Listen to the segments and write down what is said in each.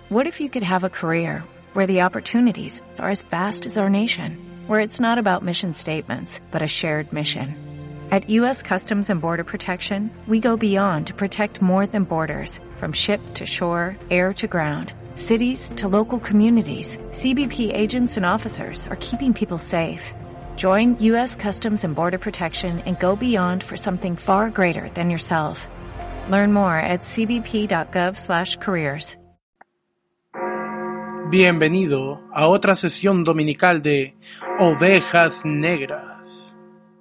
What if you could have a career where the opportunities are as vast as our nation, where it's not about mission statements, but a shared mission? At U.S. Customs and Border Protection, we go beyond to protect more than borders. From ship to shore, air to ground, cities to local communities, CBP agents and officers are keeping people safe. Join U.S. Customs and Border Protection and go beyond for something far greater than yourself. Learn more at cbp.gov/careers. Bienvenido a otra sesión dominical de Ovejas Negras.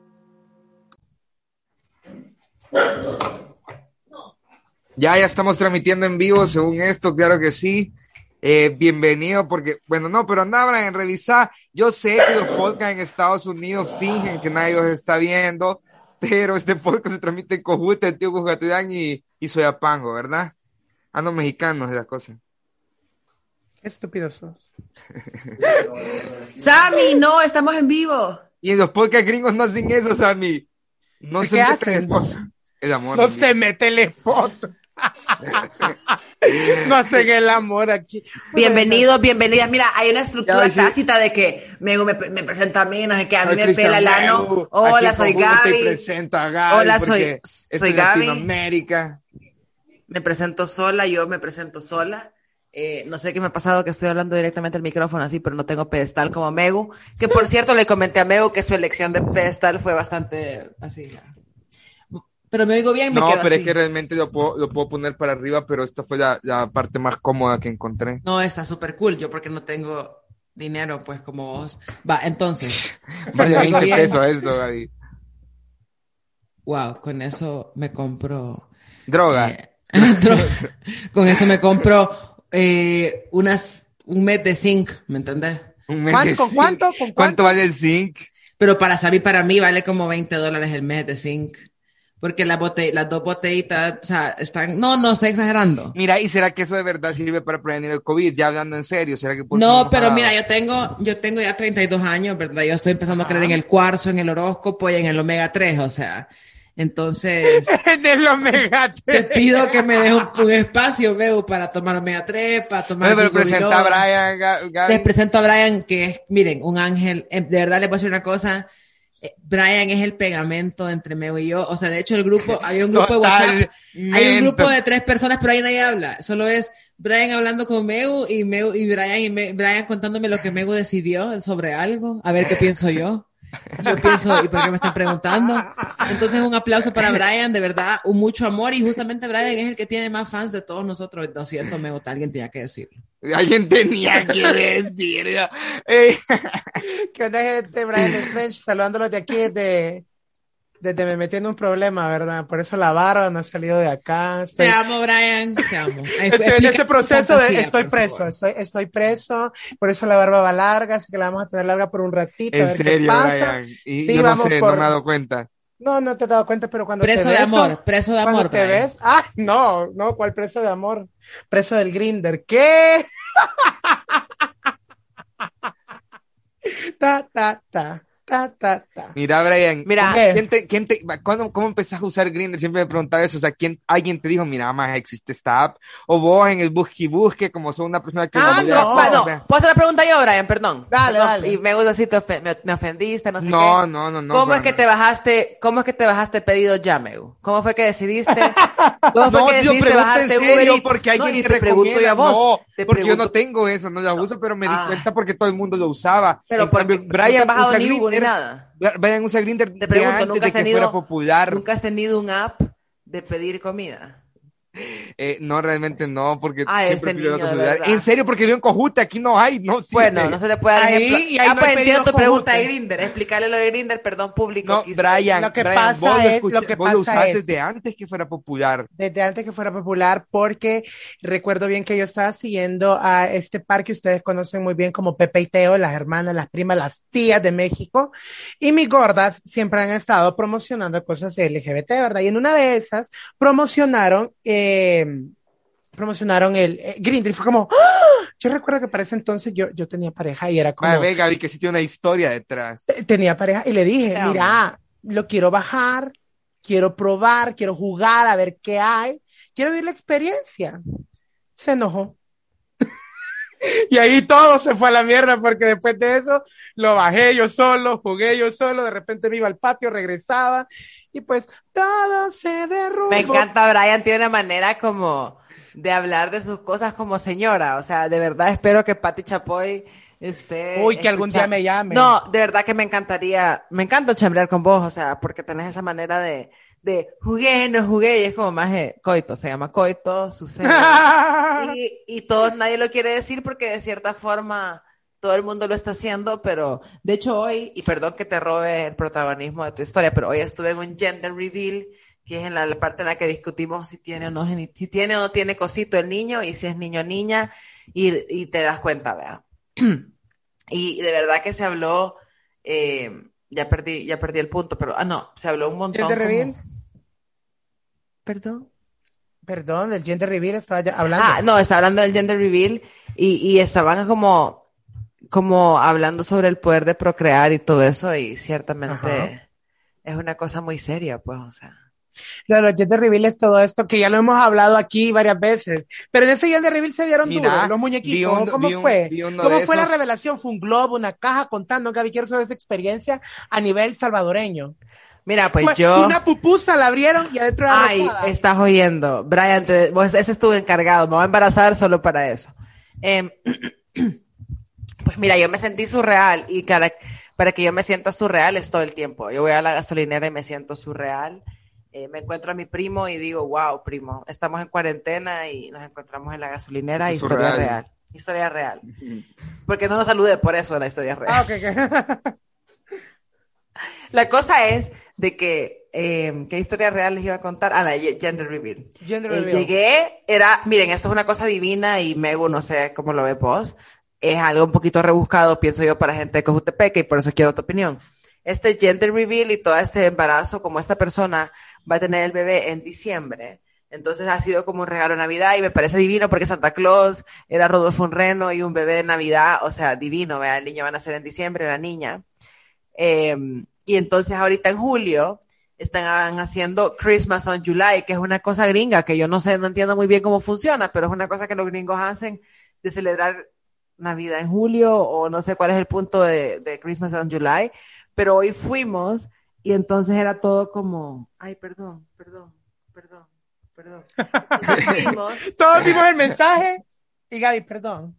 Ya estamos transmitiendo en vivo, según esto, claro que sí. Bienvenido, porque, bueno, no, pero andaba en revisar. Yo sé que los podcasts en Estados Unidos fingen que nadie los está viendo, pero este podcast se transmite en Cojuta, Tío Cujatudán y Soyapango, ¿verdad? Ando mexicanos de las cosas. Qué estúpidos sos. Sammy, no, estamos en vivo. Y en los podcasts gringos no hacen eso, Sammy. No se mete el esposo. El amor. No se mete el esposo. No hacen el amor aquí. Bienvenidos, bienvenidas. Mira, hay una estructura tácita de que me presenta a mí, no sé qué, a mí me pela el ano. Hola, soy Gaby. Te presento a Gaby. Hola, soy Gaby. Latinoamérica. Me presento sola, yo me presento sola. No sé qué me ha pasado, que estoy hablando directamente al micrófono así, pero no tengo pedestal como Megu. Que por cierto, le comenté a Megu que su elección de pedestal fue bastante así. Pero me oigo bien, me quedo pero así. es que realmente lo puedo poner para arriba, pero esta fue la parte más cómoda que encontré. No, está súper cool. Yo porque no tengo dinero, pues como vos. Va, entonces. Vale 20 pesos esto, Gaby. Wow, con eso me compro... Droga. Con eso me compro un mes de zinc, ¿me entendés? ¿Con cuánto? ¿Cuánto vale el zinc? Pero para Sabi, para mí vale como $20 el mes de zinc. Porque las dos botellitas, o sea, están... No, estoy exagerando. Mira, ¿y será que eso de verdad sirve para prevenir el COVID? Ya hablando en serio, ¿será que... No, pero mira, yo tengo ya 32 años, ¿verdad? Yo estoy empezando a creer en el cuarzo, en el horóscopo y en el omega 3, o sea... Entonces... En el omega 3. Te pido que me dejes un espacio, veo, para tomar omega 3, para tomar... Pero presenta a Brian, Gaby. Les presento a Brian, que es, miren, un ángel. De verdad, les voy a decir una cosa. Brian es el pegamento entre Mego y yo. O sea, de hecho, hay un grupo de WhatsApp. Hay un grupo de 3 personas, pero ahí nadie habla. Solo es Brian hablando con Mego y Brian contándome lo que Mego decidió sobre algo. A ver qué pienso yo. Yo pienso, ¿y por qué me están preguntando? Entonces, un aplauso para Brian, de verdad, un mucho amor. Y justamente Brian es el que tiene más fans de todos nosotros. Lo siento, Mego, alguien tenía que decirlo. Alguien tenía que decir. ¿Qué onda, gente? Brian French, saludándolos de aquí desde me metí en un problema, ¿verdad? Por eso la barba no ha salido de acá. Te amo, Brian, te amo. Estoy en este proceso de estoy preso, por eso la barba va larga, así que la vamos a tener larga por un ratito. En a ver serio, qué pasa. Brian. Y sí, yo no sé, no me he dado cuenta. No te he dado cuenta, pero cuando preso te de beso, amor, preso de amor, te ves, no, ¿cuál preso de amor? Preso del Grindr. ¿Qué? ta. Mira, Brian, mira, ¿cómo empezás a usar Grindr? Siempre me preguntaba eso, o sea, alguien te dijo, mira, más existe esta app, o vos en el busque, como sos una persona que... no, o sea, ¿puedo hacer la pregunta yo, Brian? Perdón. Dale. Y me gusta si me ofendiste, no sé qué. No. ¿Cómo es que te bajaste el pedido ya, Megu? ¿Cómo fue que decidiste? ¿Cómo fue que decidiste bajarte Uber Eats? Porque alguien te pregunto yo a vos. Porque yo no tengo eso, no la uso, pero me di cuenta porque todo el mundo lo usaba. Pero porque Brian no usa Grindr. Nada. Brian usa Grindr. Te pregunto, ¿nunca has tenido un app de pedir comida? No, realmente no, porque este niño, de verdad. En serio, porque yo en Cojuta aquí no hay, no sirve. Bueno, no se le puede dar ejemplo. Ahí no pues entiendo tu pregunta de Grindr. Grindr. Explicarle lo de Grindr, perdón, público. No, Brian, lo que Brian, pasa vos lo usaste es desde antes que fuera popular. Desde antes que fuera popular, porque recuerdo bien que yo estaba siguiendo a este par que ustedes conocen muy bien como Pepe y Teo, las hermanas, las primas, las tías de México, y mis gordas siempre han estado promocionando cosas LGBT, ¿verdad? Y en una de esas promocionaron el Grindr y fue como, ¡ah! Yo recuerdo que para ese entonces yo tenía pareja y era como... Ve, Gaby, que sí tiene una historia detrás. Tenía pareja y le dije, mira, lo quiero bajar, quiero probar, quiero jugar, a ver qué hay, quiero vivir la experiencia. Se enojó. Y ahí todo se fue a la mierda porque después de eso lo bajé yo solo, jugué yo solo, de repente me iba al patio, regresaba y pues todo se derrumbó. Me encanta, Brian tiene una manera como de hablar de sus cosas como señora, o sea, de verdad espero que Pati Chapoy esté Uy, que algún día me llame. No, de verdad que me encanta chambrear con vos, o sea, porque tenés esa manera de jugué, no jugué, y es como más coito, se llama coito, sucede. y todos, nadie lo quiere decir porque de cierta forma todo el mundo lo está haciendo, pero de hecho hoy, y perdón que te robe el protagonismo de tu historia, pero hoy estuve en un gender reveal, que es en la parte en la que discutimos si tiene o no tiene cosito el niño, y si es niño o niña, y te das cuenta, ¿verdad? Y de verdad que se habló, ya perdí el punto, pero, se habló un montón. ¿Gender reveal? Perdón, el gender reveal estaba ya hablando. No, estaba hablando del gender reveal y estaban como hablando sobre el poder de procrear y todo eso, y ciertamente es una cosa muy seria, pues, o sea. Claro, el gender reveal es todo esto que ya lo hemos hablado aquí varias veces. Pero en ese gender reveal se dieron duro los muñequitos. ¿Cómo fue? ¿Cómo fue la revelación? ¿Fue un globo, una caja? Contando, Gaby, quiero saber esa experiencia a nivel salvadoreño. Mira, pues yo... Una pupusa la abrieron y adentro era rosada. Ay, estás oyendo. Brian, ese estuvo encargado. Me voy a embarazar solo para eso. Pues mira, yo me sentí surreal y para que yo me sienta surreal es todo el tiempo. Yo voy a la gasolinera y me siento surreal. Me encuentro a mi primo y digo, wow, primo, estamos en cuarentena y nos encontramos en la gasolinera. Historia real. Historia real. Porque no nos salude por eso la historia real. Okay. La cosa es de que, ¿qué historia real les iba a contar? La gender reveal. Llegué, miren, esto es una cosa divina y Megu, no sé cómo lo ves vos, es algo un poquito rebuscado, pienso yo, para gente de Cojutepeque, y por eso quiero tu opinión. Este gender reveal y todo este embarazo, como esta persona va a tener el bebé en diciembre, entonces ha sido como un regalo de Navidad y me parece divino porque Santa Claus era Rodolfo un reno y un bebé de Navidad, o sea, divino, ¿vea? El niño va a nacer en diciembre, la niña. Y entonces ahorita en julio están haciendo Christmas on July, que es una cosa gringa que yo no entiendo muy bien cómo funciona, pero es una cosa que los gringos hacen de celebrar Navidad en julio, o no sé cuál es el punto de Christmas on July, pero hoy fuimos y entonces era todo como, ay, perdón. Todos vimos el mensaje y Gaby, perdón.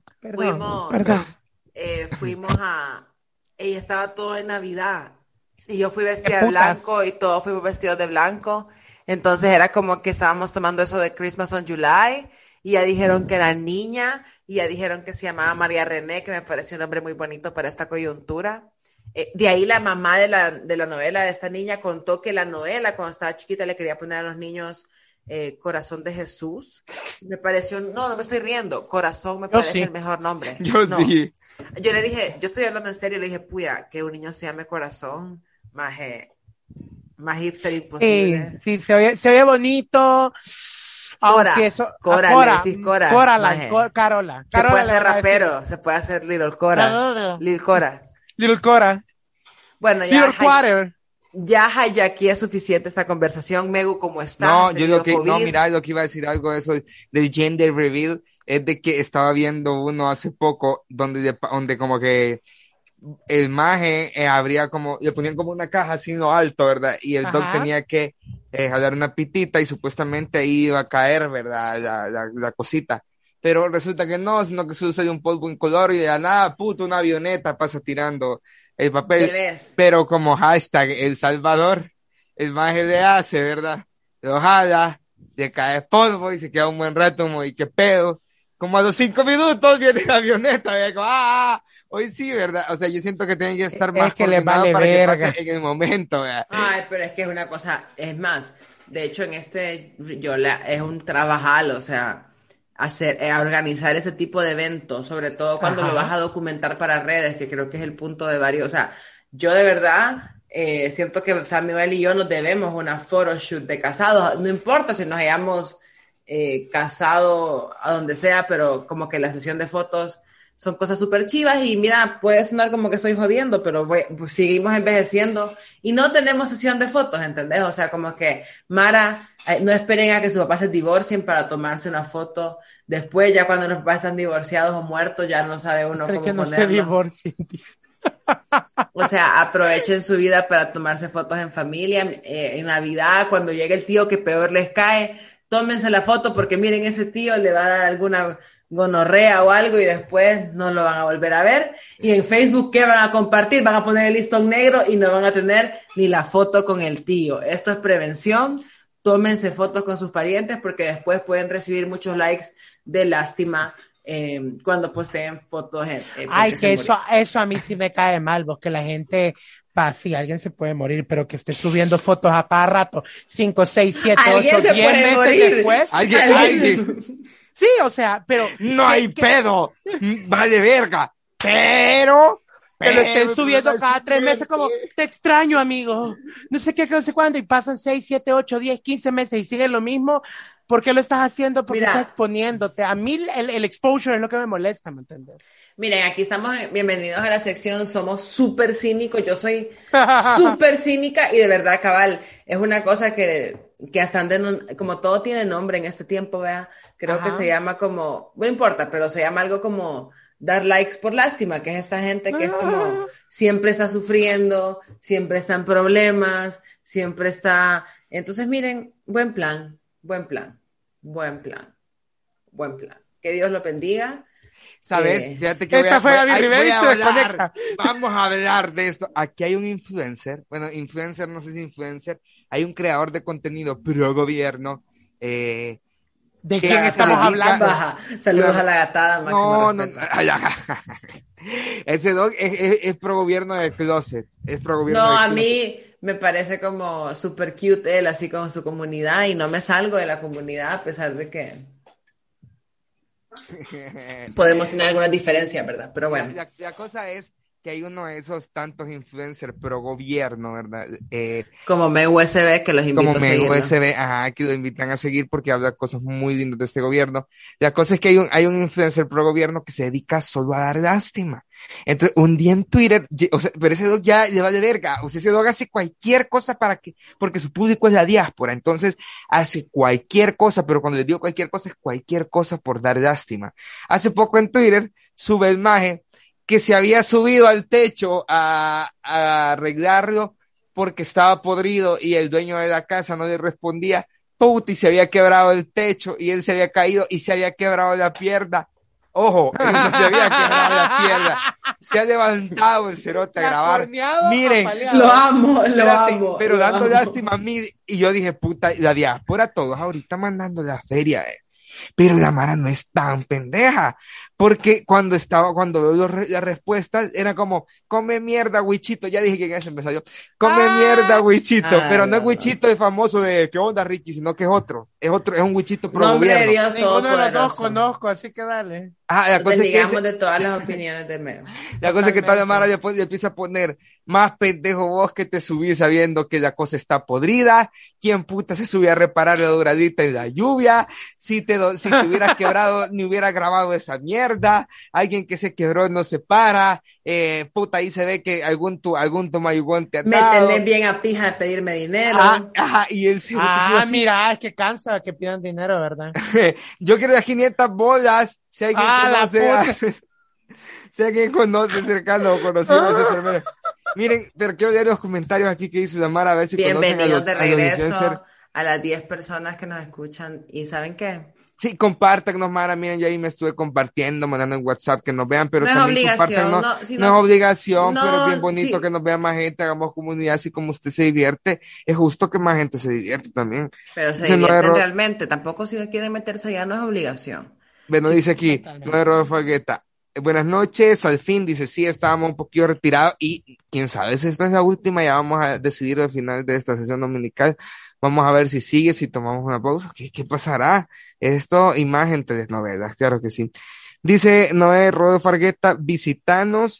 Fuimos ella estaba todo en Navidad y yo fui vestida de blanco y todos fuimos vestidos de blanco, entonces era como que estábamos tomando eso de Christmas on July y ya dijeron que era niña y ya dijeron que se llamaba María René, que me pareció un nombre muy bonito para esta coyuntura. De ahí la mamá de la novela de esta niña contó que la novela cuando estaba chiquita le quería poner a los niños Corazón de Jesús. Me pareció, no me estoy riendo, Corazón me parece el mejor nombre. Yo le dije, yo estoy hablando en serio, le dije, puya, que un niño se llame Corazón, más hipster imposible. Sí, se oye bonito. Cora, Carola. Se puede hacer rapero, se puede hacer Little Cora. Little Cora. Bueno, ya hijacking es suficiente esta conversación. Megu, ¿cómo estás? Mira, lo que iba a decir algo de eso del gender reveal es de que estaba viendo uno hace poco donde como que el maje habría como, le ponían como una caja así en lo alto, ¿verdad? Y el dog tenía que jalar una pitita y supuestamente ahí iba a caer, ¿verdad? La cosita. Pero resulta que no, sino que sucede un polvo incoloro y de la nada, una avioneta pasa tirando el papel. Pero como hashtag El Salvador, el maje le hace, ¿verdad? Lo jala, le cae polvo y se queda un buen rato como, ¿y qué pedo? Como a los 5 minutos viene la avioneta, y como, hoy sí, ¿verdad? O sea, yo siento que tienen que estar más coordinados para que pase en el momento, ¿verdad? Ay, pero es que es una cosa, es más, de hecho es un trabajal, o sea, organizar ese tipo de eventos, sobre todo cuando lo vas a documentar para redes, que creo que es el punto de varios, o sea, yo de verdad siento que Samuel y yo nos debemos una photoshoot de casados, no importa si nos hayamos casado a donde sea, pero como que la sesión de fotos son cosas súper chivas y mira, puede sonar como que estoy jodiendo, pero pues seguimos envejeciendo y no tenemos sesión de fotos, ¿entendés? O sea, como que, Mara, no esperen a que sus papás se divorcien para tomarse una foto. Después, ya cuando los papás están divorciados o muertos, ya no sabe uno cómo que no se ponerlos. divorcien. O sea, aprovechen su vida para tomarse fotos en familia, en Navidad, cuando llegue el tío que peor les cae, tómense la foto porque miren, ese tío le va a dar alguna gonorrea o algo y después no lo van a volver a ver. Y en Facebook, ¿qué van a compartir? Van a poner el listón negro y no van a tener ni la foto con el tío. Esto es prevención. Tómense fotos con sus parientes porque después pueden recibir muchos likes de lástima cuando posteen fotos. Ay, que eso a mí sí me cae mal, porque la gente, sí, alguien se puede morir, pero que esté subiendo fotos a cada rato, 5, 6, 7, 8, 10 meses morir después. ¿Alguien? Sí, o sea, pero... No hay pedo, vale verga, pero lo estén subiendo cada 3 meses como, te extraño, amigo, no sé qué, no sé cuándo, y pasan 6, 7, 8, 10, 15 meses y sigue lo mismo. ¿Por qué lo estás haciendo? Porque estás exponiéndote. A mí el exposure es lo que me molesta, ¿me entiendes? Miren, aquí estamos, bienvenidos a la sección Somos súper cínicos. Yo soy súper cínica y de verdad, cabal, es una cosa que hasta como todo tiene nombre en este tiempo, vea, creo que se llama como, no importa, pero se llama algo como dar likes por lástima, que es esta gente que es como siempre está sufriendo, siempre está en problemas, siempre está... Entonces, miren, buen plan. Que Dios lo bendiga. ¿Sabes? Fíjate que vamos a hablar de esto. Aquí hay un influencer, bueno, influencer, no sé si influencer, hay un creador de contenido pro gobierno. ¿De quién estamos hablando? Saludos a la gatada, máximo respeto. Ese dog es pro gobierno del closet. Es pro gobierno del closet. A mí me parece como súper cute él, así con su comunidad, y no me salgo de la comunidad a pesar de que podemos tener alguna diferencia, ¿verdad? Pero bueno. La cosa es que hay uno de esos tantos influencers pro gobierno, ¿verdad? Como MeUSB, que los invito a seguir. Como MeUSB, que lo invitan a seguir porque habla cosas muy lindas de este gobierno. La cosa es que hay un influencer pro gobierno que se dedica solo a dar lástima. Entonces, un día en Twitter, o sea, pero ese dog ya le va de verga, o sea, ese dog hace cualquier cosa porque su público es la diáspora, entonces hace cualquier cosa, pero cuando le digo cualquier cosa, es cualquier cosa por dar lástima. Hace poco en Twitter sube el maje que se había subido al techo a arreglarlo porque estaba podrido y el dueño de la casa no le respondía, y se había quebrado el techo y él se había caído y se había quebrado la pierna. Ojo, él no se había quebrado la pierna, se ha levantado el cerote a grabar. Miren, lo amo. Pero dando lástima a mí, y yo dije, puta, la diáspora, todos ahorita mandando la feria, Pero la Mara no es tan pendeja, porque cuando veo las respuestas, era como, come mierda, Wichito, ya dije que en eso empezó yo, come mierda, Wichito, pero no es Wichito de famoso de, ¿qué onda, Ricky? Sino que es un Wichito pro nombre gobierno. de Dios Ninguno de los dos todopoderoso. conozco, así que dale. La cosa es que de todas las opiniones de Meo. La cosa es que toda la Mara después le empieza a poner, más pendejo vos que te subís sabiendo que la cosa está podrida, ¿quién puta se subía a reparar la dobradita en la lluvia? Si te hubieras quebrado, ni hubiera grabado esa mierda, alguien que se quebró no se para, ahí se ve que algún tomayugón te ha dado. Métele bien a pija de pedirme dinero. Y él se mira, es que cansa que pidan dinero, ¿verdad? Yo quiero las 500 bolas, si alguien si alguien conoce cercano o conocido a ese servidor. Miren, pero quiero leer los comentarios aquí que hizo Samara, a ver si bienvenidos de regreso a las 10 personas que nos escuchan. ¿Y saben qué? Sí, compártanos, Mara, miren, ya ahí me estuve compartiendo, mandando en WhatsApp que nos vean, pero no también compártanos. No es obligación, pero es bien bonito que nos vea más gente, hagamos comunidad, así como usted se divierte, es justo que más gente se divierte también. Pero se divierten realmente, tampoco si no quieren meterse allá no es obligación. Bueno, dice aquí, no es Rodolfo Argueta. Buenas noches, al fin, dice, sí, estábamos un poquito retirados y quién sabe si esta es la última, ya vamos a decidir al final de esta sesión dominical. Vamos a ver si sigue, si tomamos una pausa. ¿Qué pasará? Esto, imagen telenovelas, claro que sí. Dice Noé Rodolfo Argueta, visitando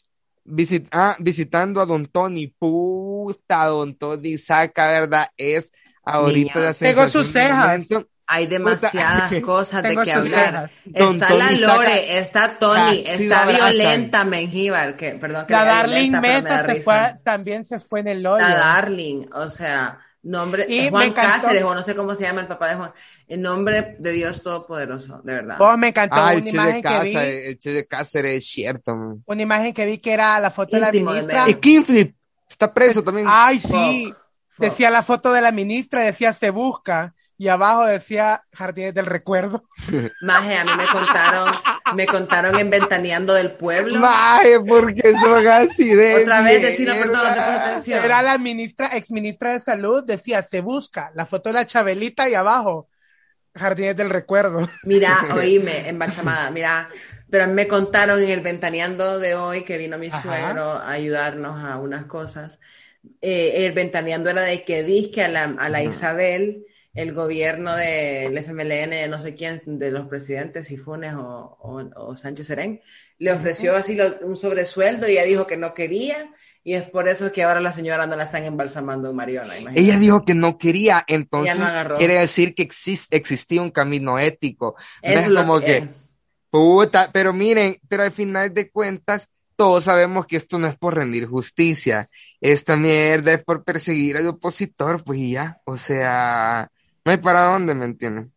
a Don Tony. Puta, Don Tony saca, ¿verdad? Es ahorita la sensación. Tengo sus cejas. hay demasiadas cosas de que hablar. Don Está Tony la Lore, está Tony, casi está la abrazan. Violenta Mengíbar, que perdón que La diga Darling Violenta, pero me da Mesa risa. también se fue en el hoyo. La Darling, o sea, nombre, Y me Juan encantó. Cáceres, o no sé cómo se llama el papá de Juan, en nombre de Dios Todopoderoso, de verdad. Oh, me encantó Ah, una imagen que vi. el Che de Cáceres es cierto, man. Una imagen que vi que era la foto de la Íntimo de ministra. Mel. Y Kinflip está preso también. Ay, sí. Fuck. Decía la foto de la ministra, decía se busca. Y abajo decía Jardines del Recuerdo. Maje, a mí me contaron en Ventaneando del Pueblo. Maje, porque son así de Otra vez mierda. decirlo, perdón, no te pongo atención. Era la ex ministra de Salud, decía se busca. La foto de la Chabelita y abajo Jardines del Recuerdo. Mira, oíme, embalsamada, mira, pero me contaron en el Ventaneando de hoy que vino mi suegro a ayudarnos a unas cosas. El Ventaneando era de que dizque a la Isabel, el gobierno del FMLN, no sé quién, de los presidentes, si Funes o Sánchez Serén, le ofreció así un sobresueldo y ella dijo que no quería. Y es por eso que ahora la señora no la están embalsamando en Mariona. Imagínate. Ella dijo que no quería, entonces Ella no agarró. quiere decir que existía un camino ético. No Eso es es lo como que- puta, pero miren, pero al final de cuentas, todos sabemos que esto no es por rendir justicia. Esta mierda es por perseguir al opositor, pues y ya. O sea, no hay para dónde, ¿me entienden?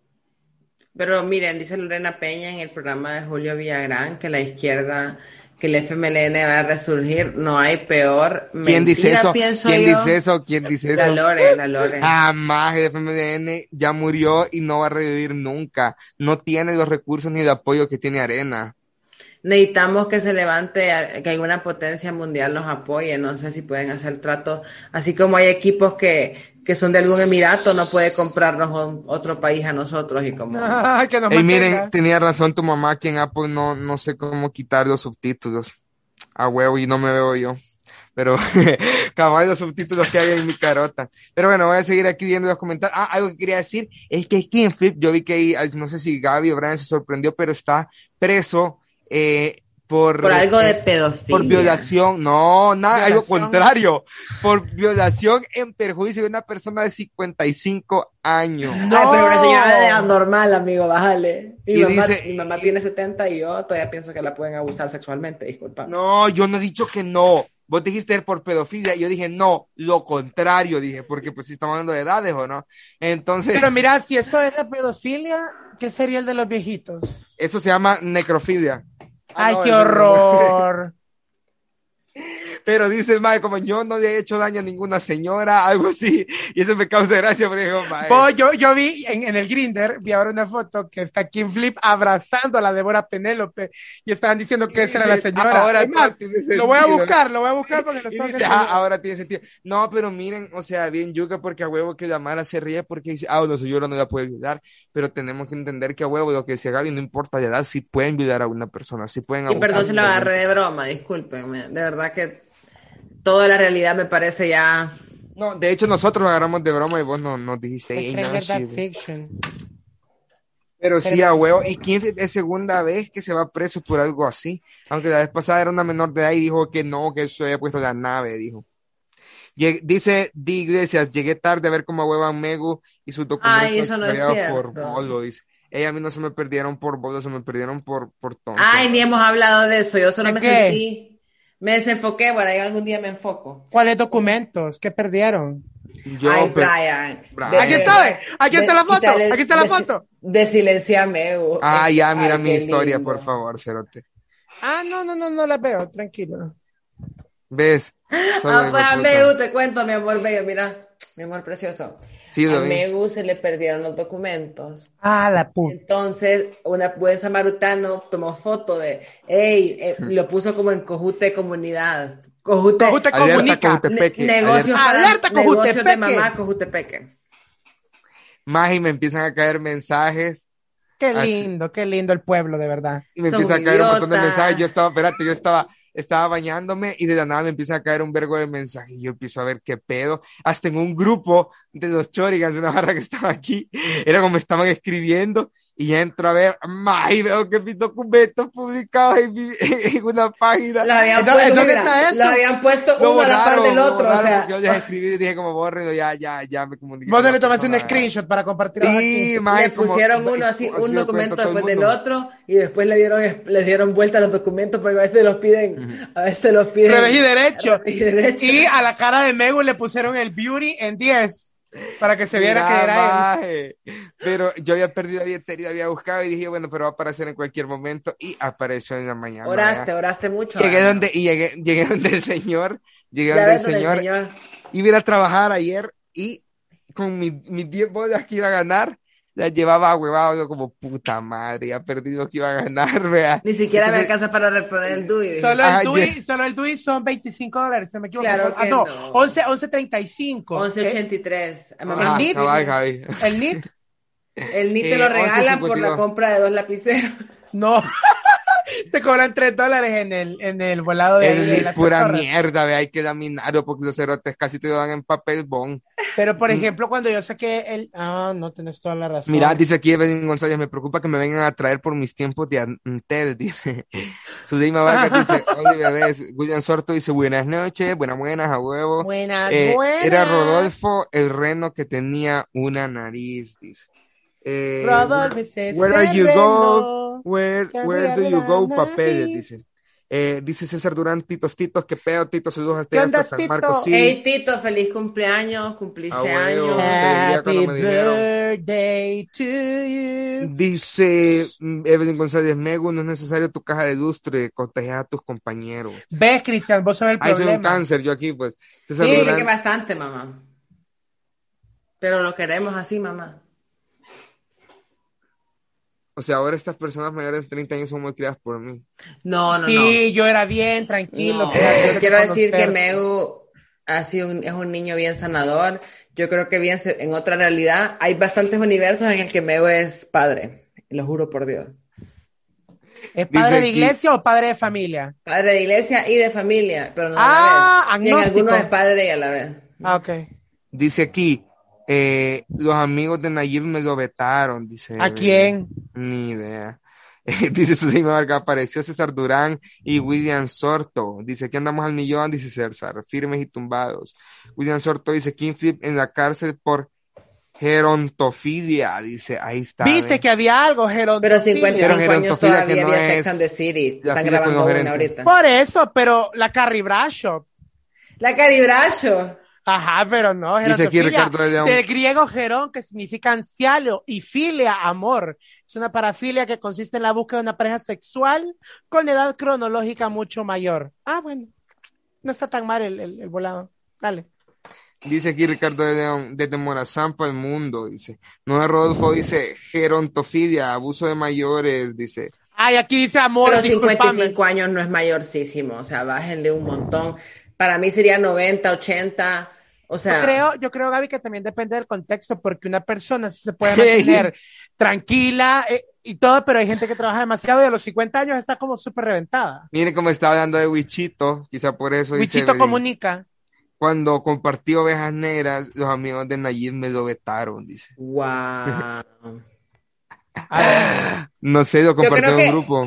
Pero miren, dice Lorena Peña en el programa de Julio Villagrán que la izquierda, que el FMLN va a resurgir. No hay peor ¿Quién dice mentira, eso? pienso ¿Quién yo. dice eso? ¿Quién dice La eso? Lore, la Lore. Jamás el FMLN ya murió y no va a revivir nunca. No tiene los recursos ni el apoyo que tiene Arena. Necesitamos que se levante, que alguna potencia mundial nos apoye. No sé si pueden hacer tratos, así como hay equipos que son de algún emirato, no puede comprarnos otro país a nosotros y como... Que nos Y miren, mantenga. tenía razón tu mamá que en Apple no sé cómo quitar los subtítulos. A huevo, y no me veo yo. Pero cabal los subtítulos que hay en mi carota. Pero bueno, voy a seguir aquí viendo los comentarios. Ah, algo que quería decir es que aquí en Flip, yo vi que ahí, no sé si Gaby o Brian se sorprendió, pero está preso Por algo de pedofilia. por violación, no, nada, algo Violación. contrario, por violación en perjuicio de una persona de 55 años. No. Ay, pero una señora de anormal, amigo, bájale. Y dice- Mi mamá tiene 70 y yo todavía pienso que la pueden abusar sexualmente, disculpa. No, yo no he dicho que no. Vos dijiste por pedofilia, yo dije no, lo contrario, dije, porque pues si estamos hablando de edades o no. Entonces, Pero mira, si eso es la pedofilia, ¿qué sería el de los viejitos? eso se llama necrofilia. Ay, no, qué eso no. horror. Pero dice, mae, como yo no le he hecho daño a ninguna señora, algo así, y eso me causa gracia, porque digo, mae. Yo vi en el Grindr, vi ahora una foto que está Kim Flip abrazando a la Débora Penélope y estaban diciendo que esa era la señora. Ahora Es más, tiene lo voy a sentido. buscar porque lo Y tengo dice, que ahora tiene sentido. No, pero miren, o sea, bien yuca, porque a huevo que la Mara se ríe porque dice, la señora no la puede violar, pero tenemos que entender que a huevo lo que decía Gaby, no importa la edad, si pueden violar a una persona, si pueden Y abusar. perdón, se lo agarré de broma, discúlpenme. De verdad que toda la realidad me parece ya... No, de hecho nosotros lo agarramos de broma y vos no dijiste. "Ey, no, Stranger That sí, Fiction. pero sí, a huevo. ¿Y quién es segunda vez que se va preso por algo así? Aunque la vez pasada era una menor de edad y dijo que no, que eso había puesto la nave, dijo. Dice Di Iglesias, llegué tarde a ver cómo huevan Megu y sus documentos Ay, eso no es extraviados por cierto. bolo, dice. Ella a mí no se me perdieron por bolo, se me perdieron por tonto. Ay, ni hemos hablado de eso, yo solo ¿De me qué? sentí... Me desenfoqué, bueno, ahí algún día me enfoco. ¿Cuáles documentos? ¿Qué perdieron? Yo, Ay, pero- Brian. Brian. Aquí está, aquí está la foto, quítale- aquí está la foto. De silenciame, Hugo. Ah, ya, mira Ay, mi qué historia, lindo. por favor, Cerote. No la veo, tranquilo. ¿Ves? Solo Ah, digo, pues a puta. Megu te cuento, mi amor bello, mira, mi amor precioso. Sí, lo A vi. Megu se le perdieron los documentos. Ah, la puta. Entonces, una buen samaritano tomó foto de, lo puso como en Cojute Comunidad. Cojute, Cojute Alerta comunica. Cojutepeque, negocios alerta. para Alerta, negocios de Cojutepeque. mamá Cojutepeque. Más y me empiezan a caer mensajes. Qué Así. lindo el pueblo, de verdad. Y me Son empieza a caer un montón de idiota. mensajes. Yo estaba bañándome y de la nada me empieza a caer un vergo de mensajes. Y yo empiezo a ver qué pedo. Hasta en un grupo de los chorigans, una barra que estaba aquí, era como estaban escribiendo. Y entro a ver, y veo que mis documentos publicados en una página. Los habían puesto uno a la par del otro, o sea. Yo les escribí y dije como borren, ya me comuniqué. Vos no le tomaste un screenshot para compartirlo aquí. Le pusieron uno así, un documento después del otro, y después le dieron vuelta a los documentos, porque a veces los piden, Revés y derecho. Y a la cara de Megu le pusieron el beauty en 10. Para que se viera que era él. Pero yo había perdido la billetera, había buscado y dije, bueno, pero va a aparecer en cualquier momento. Y apareció en la mañana. Oraste mucho. Llegué donde el señor. Iba a ir a trabajar ayer y con mis 10 bolas que iba a ganar, las llevaba huevado como puta madre, ha perdido que iba a ganar, vea. Ni siquiera me alcanza para reponer el DUI. Solo el DUI son $25, se me equivoco. Claro que no. 11.35. 11.83. ¿El NIT? El NIT te lo regalan por la compra de 2 lapiceros. No. Te cobran $3 en el volado de la pura mierda, ve, hay que laminarlo porque los cerotes casi te lo dan en papel bond. Pero, por ejemplo, cuando yo saqué no tenés toda la razón. Mira, dice aquí Evelyn González, me preocupa que me vengan a traer por mis tiempos de antes, dice. Sudeima Vargas dice, oye, bebés. William Sorto dice, buenas noches, buenas, a huevo. Buenas. Era Rodolfo el reno que tenía una nariz, dice. Rodolfo, where are you go? Where do you go, papeles, dice. Dice César Durán, Titos, qué pedo, Tito, saludos hasta San Marcos. Sí. Hey, Tito, feliz cumpleaños, cumpliste años. Happy birthday to you. Dice Evelyn González, Megu, no es necesario tu caja de lustre, contagiar a tus compañeros. ¿Ves, Cristian? Vos sabés el problema. Hay un cáncer, yo aquí, pues. César Durán. Dice que bastante, mamá. Pero lo queremos así, mamá. O sea, ahora estas personas mayores de 30 años son muy criadas por mí. No. Sí, yo era bien tranquilo. No. Yo quiero decir que Megu es un niño bien sanador. Yo creo que bien en otra realidad hay bastantes universos en el que Megu es padre. Lo juro por Dios. ¿Es padre de iglesia o padre de familia? Padre de iglesia y de familia, pero no a la vez. Agnóstico. Y en algunos es padre y a la vez. Ok. Dice aquí, los amigos de Nayib me lo vetaron, dice. ¿A quién? Ni idea. Dice Susana Vargas, apareció César Durán y William Sorto. Dice, aquí andamos al millón, dice César, firmes y tumbados. William Sorto dice, King Flip en la cárcel por gerontofilia, dice, ahí está. ¿Viste que había algo? Gerontofilia. Pero 55 años todavía había Sex and the City. Están grabando una ahorita. Por eso, pero la Carrie Bradshaw. La Carrie Bradshaw. Ajá, pero no, gerontofilia, del griego gerón, que significa anciano, y filia, amor. Es una parafilia que consiste en la búsqueda de una pareja sexual con edad cronológica mucho mayor. Bueno, no está tan mal el volado. Dale. Dice aquí Ricardo de León, desde Morazán para el mundo, dice. Noé Rodolfo dice, gerontofilia, abuso de mayores, dice. Aquí dice amor, pero 55 años no es mayorcísimo, o sea, bájenle un montón. Para mí sería 90, 80... O sea, yo creo, Gaby, que también depende del contexto, porque una persona sí se puede mantener tranquila y todo, pero hay gente que trabaja demasiado y a los 50 años está como súper reventada. Mire cómo está hablando de Wichito, quizá por eso. Wichito dice, comunica. Cuando compartí Ovejas Negras, los amigos de Nayib me lo vetaron, dice. Wow. No sé, lo compartió en un grupo.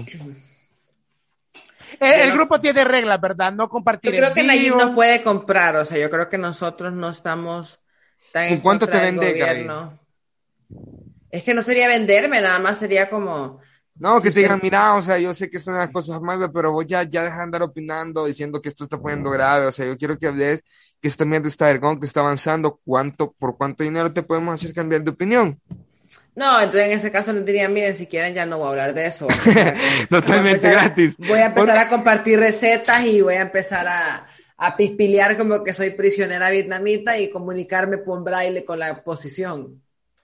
El grupo tiene reglas, ¿verdad? No compartir. Yo creo que Nayib nos puede comprar, o sea, yo creo que nosotros no estamos tan en cuánto contra te del vende, gobierno. Es que no sería venderme, nada más sería como... No, que te digan, mira, o sea, yo sé que son las cosas malas, pero vos ya deja de andar opinando, diciendo que esto está poniendo grave, o sea, yo quiero que hables que esta mierda está vergón, que está avanzando, por cuánto dinero te podemos hacer cambiar de opinión. No, entonces en ese caso les diría, miren, si quieren ya no voy a hablar de eso. Totalmente gratis. Voy a empezar a compartir recetas y voy a empezar a pispilear como que soy prisionera vietnamita y comunicarme por braille con la oposición.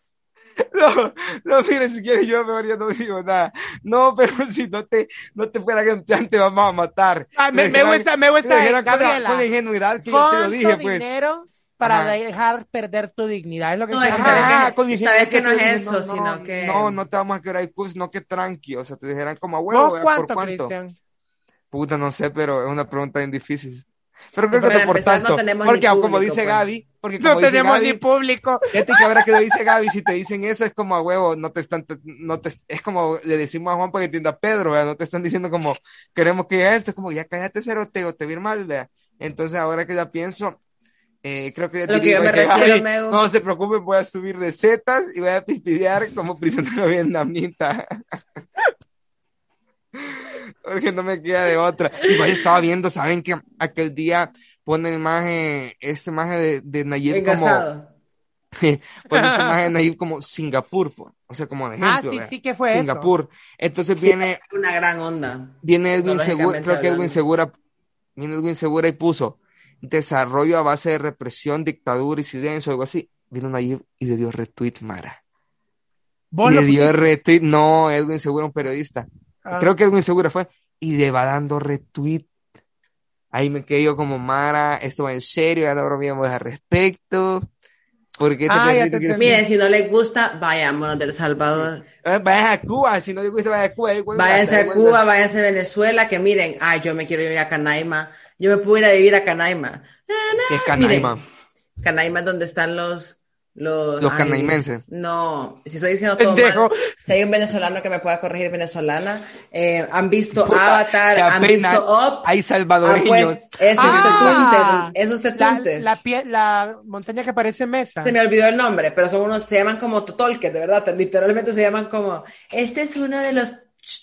No, miren, si quieres yo mejor ya no digo nada. No, pero si no te fuera en plan te vamos a matar. Me gusta, Gabriela. Con la ingenuidad que yo te lo dije, pues. Dinero para dejar perder tu dignidad. Es lo que sabes que no es eso, sino que... No te vamos a quebrar el curso, no que tranqui. O sea, te dijeran como a huevo. ¿Por cuánto, Cristian? Puta, no sé, pero es una pregunta bien difícil. Pero creo que Para no por empezar, tanto. no tenemos Porque ni público, como dice pues. Gaby, porque como No dice tenemos Gaby, ni público. fíjate que ahora que lo dice Gaby, si te dicen eso es como a huevo, es como le decimos a Juan para que entienda a Pedro, ¿verdad? No te están diciendo como, queremos que haga esto, es como, ya cállate cerote o te vi mal, ¿verdad? Entonces ahora que ya pienso, creo que Lo que yo me refiero, Mego. no se preocupe, voy a subir recetas y voy a pipidear como prisionero vietnamita. Porque no me queda de otra. Igual estaba viendo, ¿saben que aquel día pone imagen, esta imagen de Nayib Engasado. pone esta imagen de Nayib como Singapur, pues. O sea, como de ejemplo, sí, ¿verdad? sí, ¿qué fue Singapur. Entonces Sí, viene, una gran onda. viene Edwin Segura, creo que Tecnológicamente Viene Edwin Segura y puso desarrollo a base de represión, dictadura y silencio, algo así. Vino Nayib y le dio retweet, Mara. ¿Vos Le lo dio pusiste? retweet, no, Edwin Segura, un periodista. Ah. Creo que Edwin Segura fue, y le va dando retweet. Ahí me quedé yo como, Mara, esto va en serio, ya no bromeamos al respecto. ¿Por qué te Ah, ya perdiste te que entendí. Miren, si no les gusta, vayámonos del Salvador. Vayas a Cuba, si no te gusta, vayas a Cuba. Váyanse a Cuba, váyanse a Venezuela, que miren, yo me quiero ir a Canaima. Yo me puedo ir a vivir a Canaima. ¿Qué es Canaima? Miren, Canaima es donde están los canaimenses. No, si estoy diciendo todo Pendejo. mal, si hay un venezolano que me pueda corregir, venezolana, han visto Puta, Avatar, que han visto apenas Up, hay salvadoreños. pues, esos Ah, tetuntes, esos tetuntes. la montaña que parece mesa. Se me olvidó el nombre, pero son unos, se llaman como totolques, de verdad, literalmente se llaman como, este es uno de los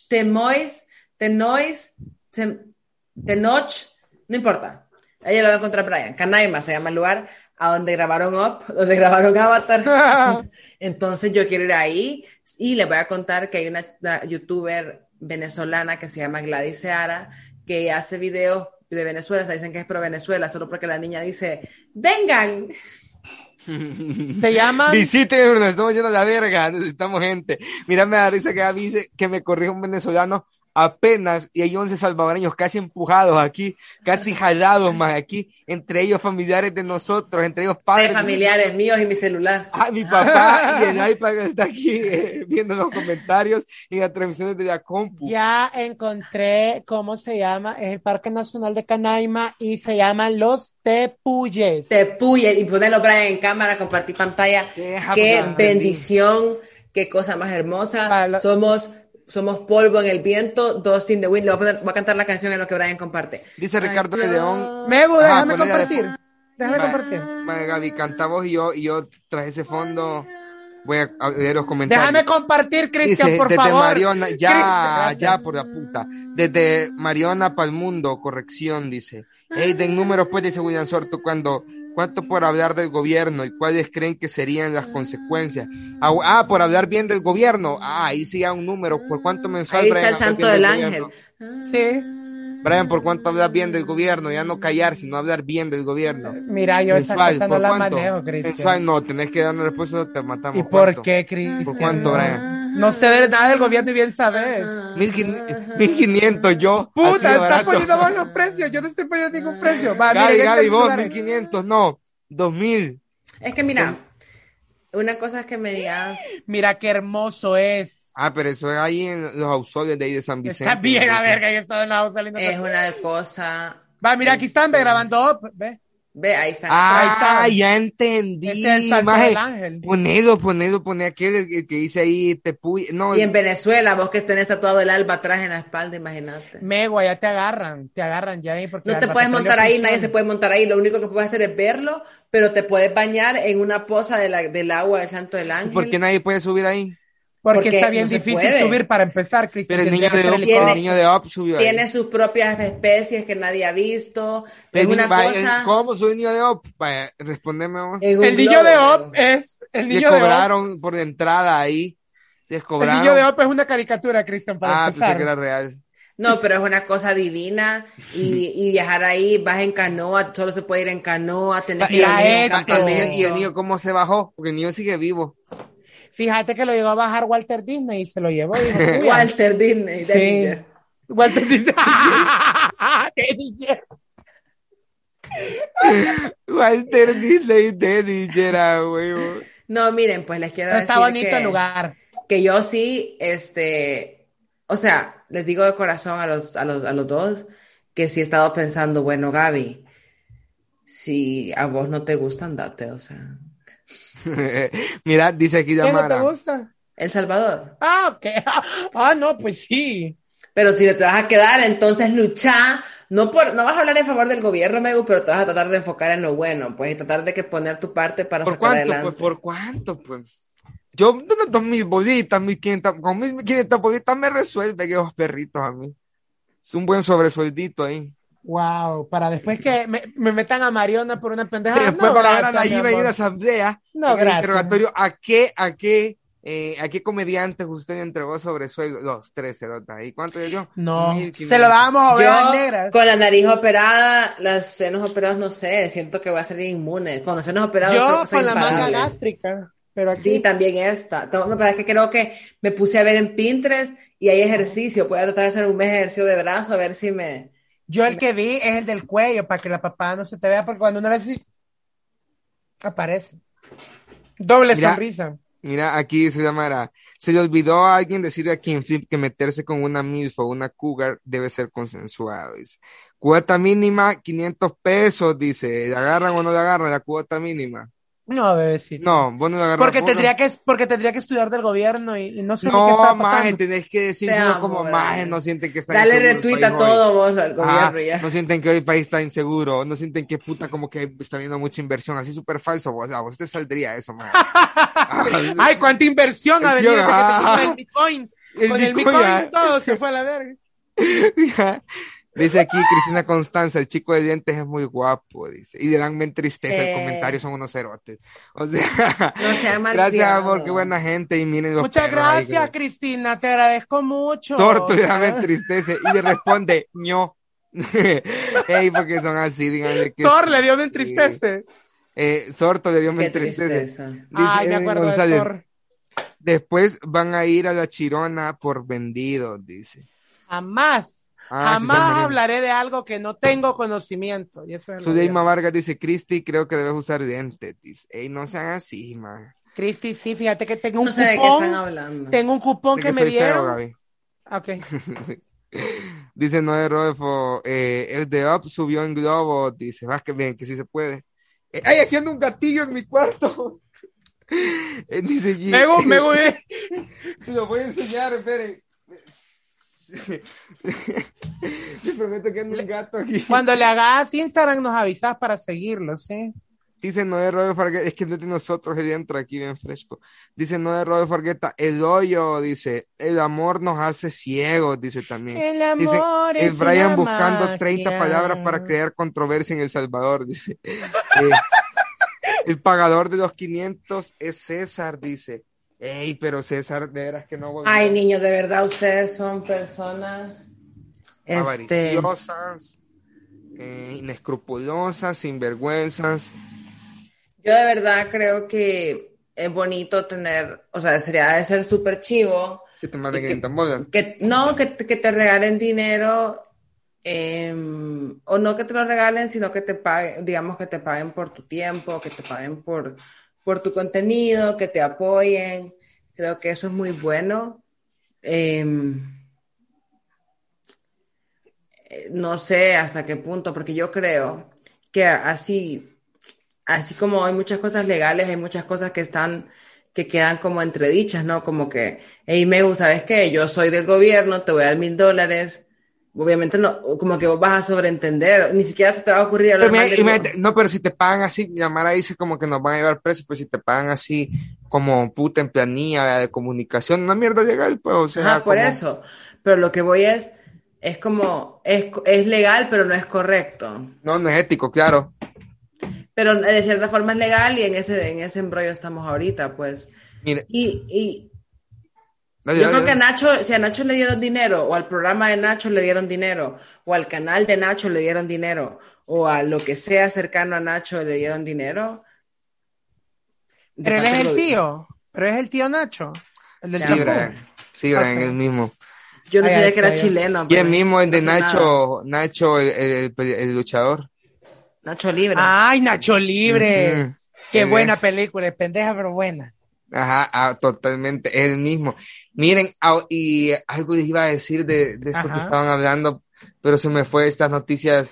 Tenoch, no importa, ella lo va a encontrar Brian, Canaima se llama el lugar, a donde grabaron Up, donde grabaron Avatar. Entonces yo quiero ir ahí y les voy a contar que hay una youtuber venezolana que se llama Gladys Seara, que hace videos de Venezuela, se dicen que es pro Venezuela, solo porque la niña dice, vengan. Se llaman... Visiten, nos estamos yendo a la verga, necesitamos gente. Mira, me da risa que avise que me corrige un venezolano apenas, y hay 11 salvadoreños casi empujados aquí, casi jalados más aquí, entre ellos familiares de nosotros, entre ellos padres. Familiares míos y mi celular. Mi papá y el iPad que está aquí viendo los comentarios y las transmisiones de la compu. Ya encontré cómo se llama, es el Parque Nacional de Canaima y se llaman Los Tepuyes. Tepuyes, y ponerlo, Brian, en cámara, compartir pantalla. Qué bendición, qué cosa más hermosa. Somos polvo en el viento, Dust in the Wind. Le voy a cantar la canción en lo que Brian comparte. Dice Ricardo de León. Megu, déjame compartir. Déjame compartir. Gaby, canta vos y yo tras ese fondo voy a leer los comentarios. Déjame compartir, Cristian, Dice, por desde favor. Mariona, Cristian, ya por la puta. Desde Mariona pa'l mundo, corrección, dice. Hey, den números pues, dice William Sorto, ¿cuánto por hablar del gobierno y cuáles creen que serían las consecuencias? Por hablar bien del gobierno. Ahí sí hay un número. ¿Por cuánto mensual? Ahí Brian, está el santo del ángel. Sí. Brian, ¿por cuánto hablar bien del gobierno? Ya no callar, sino hablar bien del gobierno. Mira, yo esa cosa no ¿por la cuánto? manejo, Cristian. Mensual, no, tenés que dar una respuesta, te matamos. ¿Y por qué, Cristian? ¿Por cuánto, Brian? No sé de nada del gobierno y bien sabes. 1500 yo. Puta, así de estás barato. poniendo vos los precios. Yo no estoy poniendo ningún precio. Va, Gaby, mira, ya Gaby, está vos, el lugar. 1500, no, 2000. Es que mira, una cosa es que me digas, Mira qué hermoso es. Pero eso es ahí en los ausoles de ahí de San Vicente. Está bien, a verga, yo estoy en la saliendo. es una cosa. Va, mira, aquí están grabando. Ve. Ve, ahí está. Ahí está. Ya entendí. Este es el salto Maje, del ángel. Poné aquel el que dice ahí Tepuy. No, Y en Venezuela, vos que tenés tatuado el alba atrás en la espalda, imagínate. Mego, ya te agarran ya ahí. Porque No te puedes montar ahí, nadie se puede montar ahí. Lo único que puedes hacer es verlo, pero te puedes bañar en una poza del agua del Santo del Ángel. ¿por qué nadie puede subir ahí? Porque está bien no se difícil puede. subir para empezar, Cristian. Pero el niño Tendría que ser de helicóptero. el niño de Op subió ahí. Tiene sus propias especies que nadie ha visto. El Es niño- una cosa. ¿Cómo soy el niño de Op? Vaya, respondeme vos. en un El niño globo, de Op Mego. es... El Les niño de Op. cobraron por entrada ahí. Les El cobraron. niño de Op es una caricatura, Cristian, para Pensé empezar. que era real. No, pero es una cosa divina y viajar ahí, vas en canoa, solo se puede ir en canoa, tenés que ir Mira en esto. campamento. ¿Y el niño cómo se bajó? Porque el niño sigue vivo. Fíjate que lo llegó a bajar Walter Disney y se lo llevó. Y dijo, "Cuida". Walter Disney, de niña. Sí. Walter Disney. ¡Qué niña! Walter Disney de DJ, huevo. No, miren, pues les quiero Pero decir está bonito que, el lugar. que yo sí, o sea, les digo de corazón a los dos que sí he estado pensando, bueno, Gaby, Si a vos no te gusta, andate, o sea. Mira, dice aquí ¿Qué no Damara. te gusta? El Salvador. Ah, ok. Ah, no, pues sí. Pero si te vas a quedar, entonces lucha. No vas a hablar en favor del gobierno, Megu, pero te vas a tratar de enfocar en lo bueno, pues, y tratar de que poner tu parte para ¿Por sacar cuánto? adelante. Pues, ¿por cuánto? Pues. Yo, 2.000 bolitas, 1.500, con 1.500 bolitas me resuelve que esos perritos a mí. Es un buen sobresueldito ahí. Wow, para después que me metan a Mariona por una pendejada. Después No, van a ver a gracias, mi Nayib en amor. una asamblea, No, en el gracias. interrogatorio, ¿a qué comediantes usted entregó sobresueldo? Los 3 cerotas. ¿Y cuánto yo? No, 1.500. se lo dábamos a ovejas Yo, negras. con la nariz operada, los senos operados, no sé, siento que voy a salir inmune. Con los senos operados, creo Yo que soy con la manga imparable. gástrica, pero aquí. Sí, también esta. No, pero es que creo que me puse a ver en Pinterest y hay ejercicio. Voy a tratar de hacer un mes de ejercicio de brazo a ver si me... Yo el que vi es el del cuello, para que la papada no se te vea, porque cuando uno le hace así, aparece. Doble Mira. sonrisa. Mira, aquí se llamará. Se le olvidó a alguien decirle aquí en Flip que meterse con una MILF o una cougar debe ser consensuado, dice. Cuota mínima, 500 pesos, dice. ¿Le agarran o no le agarran la cuota mínima? No, bebecito. No, vos no le agarras. Porque tendría que estudiar del gobierno y no sé ni qué No, está maje, pasando. tenés que decírselo como maje, no sienten que está Dale inseguro el retweet país a hoy. todo vos al gobierno ya. No sienten que hoy el país está inseguro, no sienten que puta como que está viendo mucha inversión, así súper falso, vos, a vos te saldría eso, maje. Ay, cuánta inversión ha venido desde que te Ah. compré el Bitcoin. Con el Bitcoin, Bitcoin todo se fue a la verga. Dice aquí Cristina Constanza, el chico de dientes es muy guapo, dice. Y le dan tristeza, el comentario son unos cerotes. O sea, No sean malcriados. gracias amor, qué buena gente. Y miren los Muchas perros ahí, gracias, Cristina, te agradezco mucho. Torto le da entristece y le responde ño. Ey, porque son así, díganle que Thor sí. le dio me entristece. Sorto le dio me Qué entristece. tristeza. Dice Ay, me Edwin acuerdo de González, Thor. después van a ir a la Chirona por vendidos, dice. Jamás. Ah, Jamás quizás me- hablaré de algo que no tengo conocimiento. Y eso es lo Zuleima que- Vargas dice, Cristi, creo que debes usar dientes. Dice, ey, no sean así, man. Cristi, sí, fíjate que tengo un No sé de qué cupón. están hablando. Tengo un cupón De que que me soy feo, dieron. Gaby. Ok. Dice Noé Rodolfo, el de Up subió en globo. Dice, vas que bien, que sí se puede. ¡Ay, aquí anda un gatillo en mi cuarto! Dice G. Me voy. Se lo voy a enseñar, esperen. Te prometo que anda un gato aquí. Cuando le hagas Instagram nos avisas para seguirlo, ¿sí? Dice Noé Rodolfo Fargueta, es que no es de nosotros el dentro aquí bien fresco. Dice Noé Rodolfo Fargueta, el hoyo, dice, el amor nos hace ciegos, dice también. El amor Dice, es el Brian una buscando magia. 30 palabras para crear controversia en El Salvador, dice. El pagador de los 500 es César, dice. Ey, pero César, de veras que no volvió. Ay, niños, de verdad, ustedes son personas... Avariciosas, inescrupulosas, sinvergüenzas. Yo de verdad creo que es bonito tener, o sea, sería de ser súper chivo. Que te manden Y que- en tambola. que te regalen dinero, o no que te lo regalen, sino que te paguen, digamos que te paguen por tu tiempo, que te paguen por tu contenido, que te apoyen. Creo que eso es muy bueno. No sé hasta qué punto, porque yo creo que así como hay muchas cosas legales, hay muchas cosas que quedan como entredichas, ¿no? Como que, hey, Megu, ¿sabes qué? Yo soy del gobierno, te voy a dar $1,000. Obviamente no, como que vos vas a sobreentender, ni siquiera te va a ocurrir hablar mal del gobierno. No, pero si te pagan así, Yamara dice como que nos van a llevar presos, pues si te pagan así como puta en planilla de comunicación, una mierda legal, pues, o sea. Ajá, por como- eso. Pero lo que voy es como, es legal, pero no es correcto. No, no es ético, claro. Pero de cierta forma es legal y en ese embrollo estamos ahorita, pues. Mire, Y dale, yo dale, creo que a dale. Nacho, si a Nacho le dieron dinero, o al programa de Nacho le dieron dinero, o al canal de Nacho le dieron dinero, o a lo que sea cercano a Nacho le dieron dinero. de Pero él es parte el del tío. Pero es el tío Nacho. El del Sí, Sí, champú. Brian. Sí, Brian, Ok. el mismo. Yo no Ay, sabía ay, que era ay. chileno. Y pero el mismo, el de no sé nada. Nacho, el luchador. Nacho Libre. Ay, Nacho Libre. Ujú. Qué Él buena es. película, es pendeja, pero buena. Ajá, totalmente, es el mismo. Miren, y algo les iba a decir de esto Ajá. que estaban hablando, pero se me fue estas noticias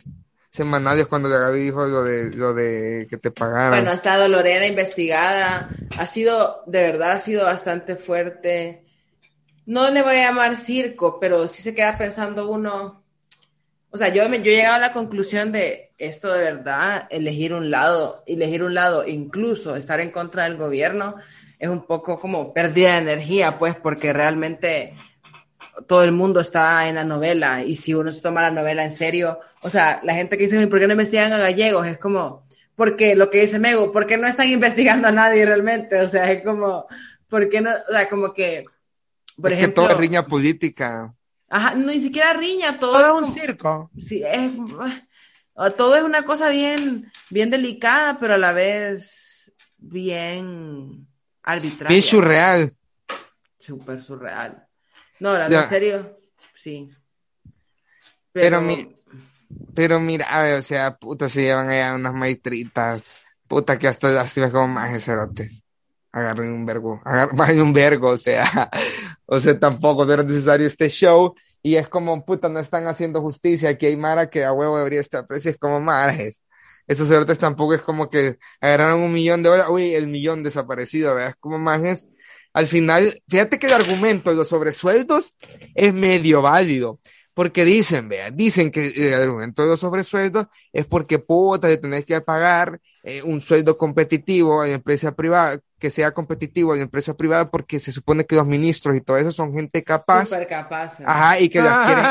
semanales cuando Gaby dijo lo de que te pagaran. Bueno, ha estado Lorena investigada, de verdad ha sido bastante fuerte. No le voy a llamar circo, pero sí se queda pensando uno. O sea, yo he llegado a la conclusión de esto de verdad, elegir un lado, incluso estar en contra del gobierno, es un poco como pérdida de energía, pues, porque realmente todo el mundo está en la novela, y si uno se toma la novela en serio, o sea, la gente que dice, ¿por qué no investigan a gallegos? Es como, porque lo que dice Mego, ¿por qué no están investigando a nadie realmente? O sea, es como, ¿por qué no? O sea, como que, por ejemplo... que todo es riña política. Ajá, no, ni siquiera riña, todo es un circo. Sí, todo es una cosa bien delicada, pero a la vez bien arbitraria. Bien surreal. Súper surreal. No, la verdad, en serio, sí. Pero mira, a ver, o sea, puta, se llevan allá unas maestritas, puta, que hasta las ves como más cerotes. Agarren un vergo, o sea, tampoco no era necesario este show, y es como, puta, no están haciendo justicia, aquí hay mara que a huevo debería estar preso, es como mares. Esos cerotes tampoco es como que agarraron $1,000,000, uy, el millón desaparecido, ¿verdad? Es como majes. Al final, fíjate que el argumento de los sobresueldos es medio válido, porque dicen que el argumento de los sobresueldos es porque puta, le tenés que pagar un sueldo competitivo en la empresa privada, que sea competitivo en la empresa privada, porque se supone que los ministros y todo eso son gente capaz. Súper capaz. Ajá, y que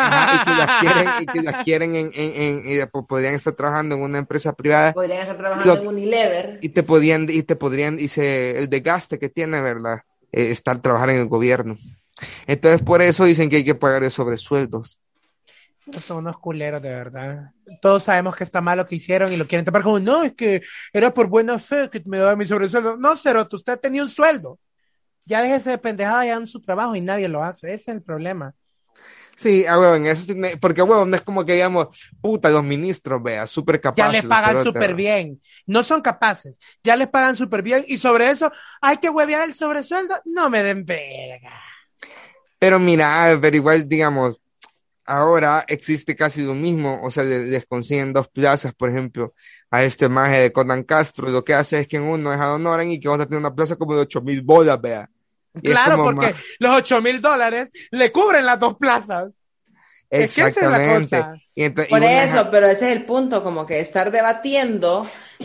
las quieren, y podrían estar trabajando en una empresa privada. Podrían estar trabajando en Unilever. Y el desgaste que tiene, ¿verdad? Estar trabajar en el gobierno. Entonces, por eso dicen que hay que pagar los sobresueldos. Son unos culeros, de verdad. Todos sabemos que está mal lo que hicieron y lo quieren tapar como, no, es que era por buena fe que me daba mi sobresueldo. No, Ceroto, usted tenía un sueldo. Ya déjese de pendejada, ya en su trabajo y nadie lo hace. Ese es el problema. Sí, huevo, en eso porque huevo, no es como que digamos, puta, los ministros, súper capaces. Ya les pagan súper bien. No son capaces. Ya les pagan súper bien y sobre eso hay que huevear el sobresueldo. No me den verga. Pero mira, pero igual, digamos, ahora existe casi lo mismo, o sea, les consiguen 2 plazas, por ejemplo, a este maje de Conan Castro, y lo que hace es que en uno es ad honorem y que vamos a tener una plaza como de 8,000 bolas, vea. Claro, porque los $8,000 le cubren las 2 plazas. Exactamente. Es que esa es la cosa. Por eso, pero ese es el punto, como que estar debatiendo,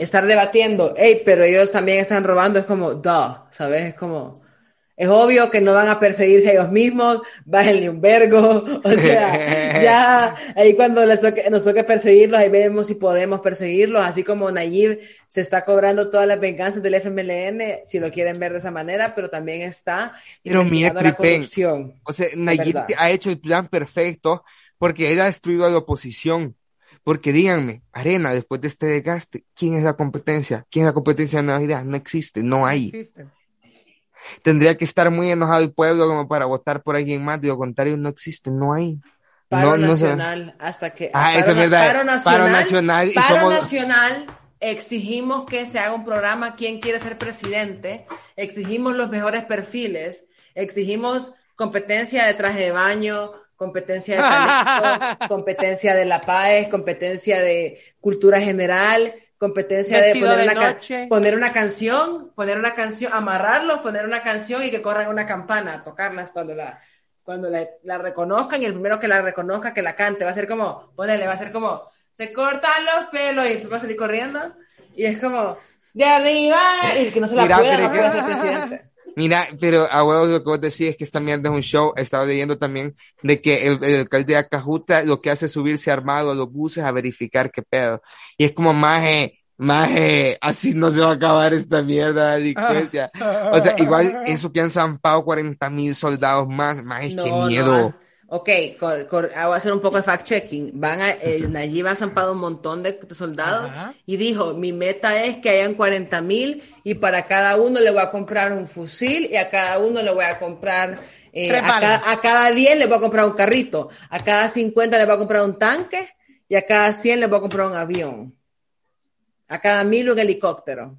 pero ellos también están robando, es como, ¿sabes? Es como... Es obvio que no van a perseguirse a ellos mismos, bájenle un vergo, o sea, ya ahí cuando nos toque perseguirlos, ahí vemos si podemos perseguirlos, así como Nayib se está cobrando todas las venganzas del FMLN, si lo quieren ver de esa manera, pero también está investigando la corrupción. O sea, Nayib ha hecho el plan perfecto porque él ha destruido a la oposición. Porque díganme, Arena, después de este desgaste, ¿quién es la competencia? ¿Quién es la competencia de Nuevas Ideas? No existe, no hay. No existe. Tendría que estar muy enojado el pueblo como para votar por alguien más. De lo contrario, no existe, no hay. Paro nacional, hasta que... eso es verdad. Paro nacional, exigimos que se haga un programa ¿Quién quiere ser presidente? Exigimos los mejores perfiles, exigimos competencia de traje de baño, competencia de talento, competencia de la PAES, competencia de cultura general, competencia de poner una canción, amarrarlos, poner una canción y que corran una campana, tocarlas cuando la reconozcan, y el primero que la reconozca, que la cante, va a ser como, se cortan los pelos, y tú vas a salir corriendo, y es como, de arriba, y que no se la puede ser presidente. Mira, pero a huevos lo que vos decís es que esta mierda es un show. Estaba leyendo también de que el alcalde de Acajuta lo que hace es subirse armado a los buses a verificar qué pedo. Y es como maje, así no se va a acabar esta mierda de delincuencia. O sea, igual eso que han zampado 40,000 soldados más, qué miedo. Ok, voy a hacer un poco de fact-checking. Nayib ha zampado un montón de soldados. Ajá. Y dijo, mi meta es que hayan 40,000 y para cada uno le voy a comprar un fusil y a cada uno le voy a comprar, a cada 10 le voy a comprar un carrito, a cada 50 le voy a comprar un tanque y a cada 100 le voy a comprar un avión. A cada 1,000 un helicóptero.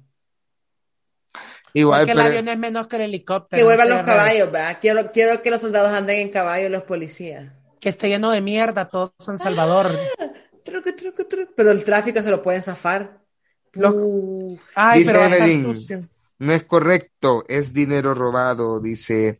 Igual, porque el avión es menos que el helicóptero. Que vuelvan los caballos, ¿verdad? Quiero que los soldados anden en caballo, los policías. Que esté lleno de mierda todo San Salvador. pero el tráfico se lo pueden zafar. Ay, Dice pero va a estar Evelyn, sucio. no es correcto, es dinero robado, dice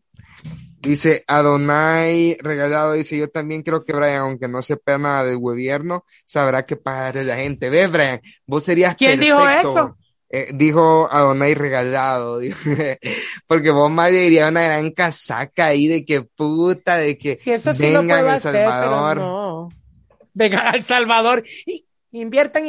Adonai regalado, dice, yo también creo que Brian, aunque no sepa nada del gobierno, sabrá que pagarle a la gente. ¿Ves, Brian? Vos serías ¿Quién dijo perfecto. eso? Dijo Adonai regalado, porque vos más dirías una gran casaca ahí de que puta, de que Sí, eso sí lo vengan puedo a El hacer, Salvador. pero no. Venga, a El Salvador. Inviertan,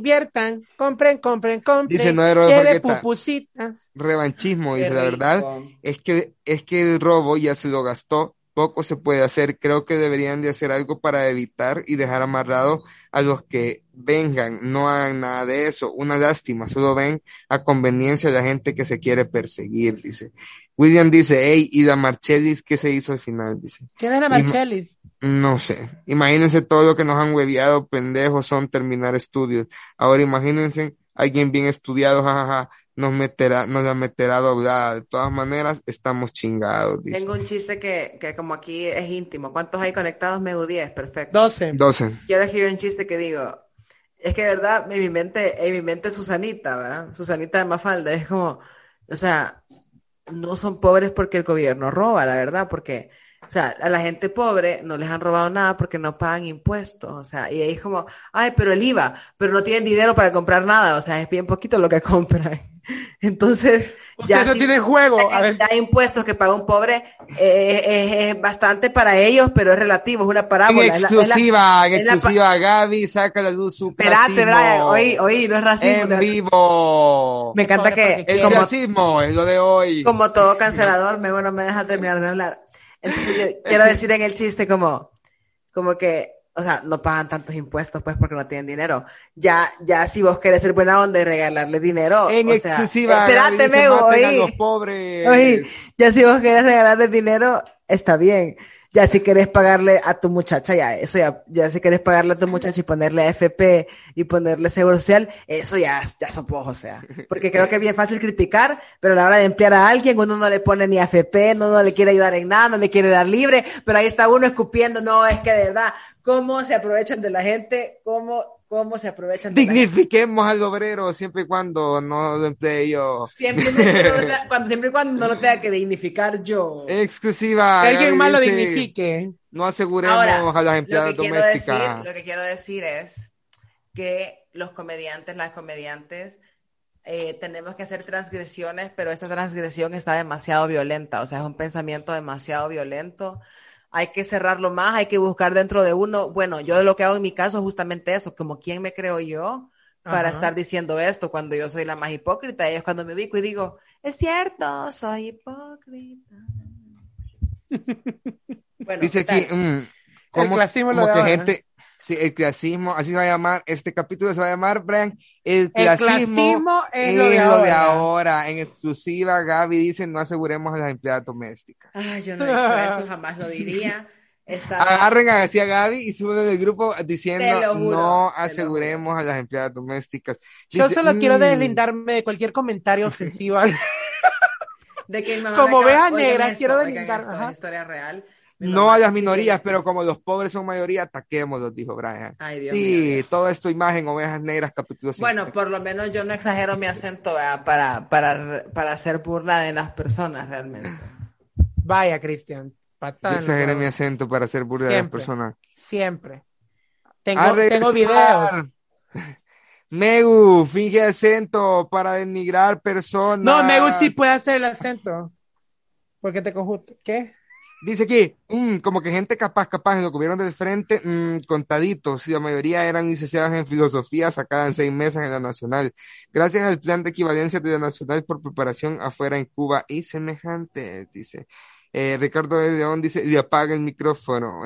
compren, Dice, no hay robo lleve porque está pupusitas. revanchismo, Qué dice, la verdad rico. es que el robo ya se lo gastó, poco se puede hacer, creo que deberían de hacer algo para evitar y dejar amarrado a los que vengan, no hagan nada de eso, una lástima, solo ven a conveniencia de la gente que se quiere perseguir, dice. William dice, hey, y la Marchelis, ¿qué se hizo al final? Dice. ¿Quién es la Marchelis? No sé, imagínense todo lo que nos han hueviado, pendejos son terminar estudios. Ahora imagínense alguien bien estudiado, jajaja, nos la meterá doblada. De todas maneras, estamos chingados, dice. Tengo un chiste que como aquí es íntimo. ¿Cuántos hay conectados? Me 10, perfecto. 12. 12. Quiero escribir un chiste que digo, es que de verdad, en mi mente Susanita, ¿verdad? Susanita de Mafalda, es como, o sea, no son pobres porque el gobierno roba, la verdad, porque, o sea, a la gente pobre no les han robado nada porque no pagan impuestos, o sea, y ahí es como, ay, pero el IVA, pero no tienen dinero para comprar nada, o sea, es bien poquito lo que compran. Entonces, Usted no tiene juego. la cantidad de impuestos que paga un pobre es bastante para ellos, pero es relativo, es una parábola. En exclusiva, Gaby saca a la luz su Espérate, clasismo. Brian, oí, no es racismo. En vivo. Me encanta que El clasismo es lo de hoy. como todo cancelador, no me deja terminar de hablar. Entonces yo quiero decir en el chiste como que, o sea, no pagan tantos impuestos pues porque no tienen dinero. Ya si vos querés ser buena onda y regalarle dinero, En o sea, exclusiva, espérate, Gaby dice, Mego, maten a oí. los pobres. Oye, ya si vos querés regalarle dinero, está bien. Ya si querés pagarle a tu muchacha, ya si querés pagarle a tu muchacha y ponerle AFP y ponerle seguro social, eso ya sos vos, o sea. Porque creo que es bien fácil criticar, pero a la hora de emplear a alguien, uno no le pone ni AFP, no le quiere ayudar en nada, no le quiere dar libre, pero ahí está uno escupiendo, no, es que de verdad, cómo se aprovechan de la gente, cómo se aprovechan de Dignifiquemos al obrero siempre y cuando no lo emplee yo. siempre y cuando no lo tenga que dignificar yo. Exclusiva. Que alguien Gaby más lo dice, dignifique. no aseguremos Ahora, a las empleadas domésticas. lo que quiero decir es que los comediantes, las comediantes, tenemos que hacer transgresiones, pero esta transgresión está demasiado violenta, o sea, es un pensamiento demasiado violento. Hay que cerrarlo más, hay que buscar dentro de uno. Bueno, yo lo que hago en mi caso es justamente eso, como quién me creo yo para estar diciendo esto cuando yo soy la más hipócrita. Y es cuando me ubico y digo, es cierto, soy hipócrita. Bueno, dice aquí, el clasismo como lo de que ahora. gente, sí, el clasismo, así se va a llamar, este capítulo se va a llamar, Brian, el clasismo es lo de ahora. En exclusiva, Gaby dice, no aseguremos a las empleadas domésticas. Ay, yo no he dicho eso, jamás lo diría. Agarren así a Gaby y suben en el grupo diciendo, Te lo juro, no aseguremos a las empleadas domésticas. Yo Dice, solo quiero deslindarme de cualquier comentario ofensivo. de que Como oveja oigan negra, esto, quiero oigan deslindar. esto, Ajá. es historia real. Mi no mamá a las sí minorías, tiene- pero como los pobres son mayoría, ataquémoslos, dijo Brian. Ay, Dios sí, mío. todo esto imagen, ovejas negras, capítulo 5. Bueno, por lo menos yo no exagero mi acento, ¿verdad? para hacer burla de las personas realmente. Vaya, Cristian. Yo Patada en los exageré mi huevos. acento para hacer burla de las Siempre. personas. Siempre. A Tengo regresar. videos. Megu, finge acento para denigrar personas. No, Megu sí puede hacer el acento. Porque te conjunto. ¿Qué? Dice aquí, como que gente capaz, lo que vieron del frente, contaditos, y la mayoría eran licenciadas en filosofía, sacadas en 6 meses en la Nacional. Gracias al plan de equivalencia de la Nacional por preparación afuera en Cuba y semejantes, dice. Ricardo de León dice, le apaga el micrófono.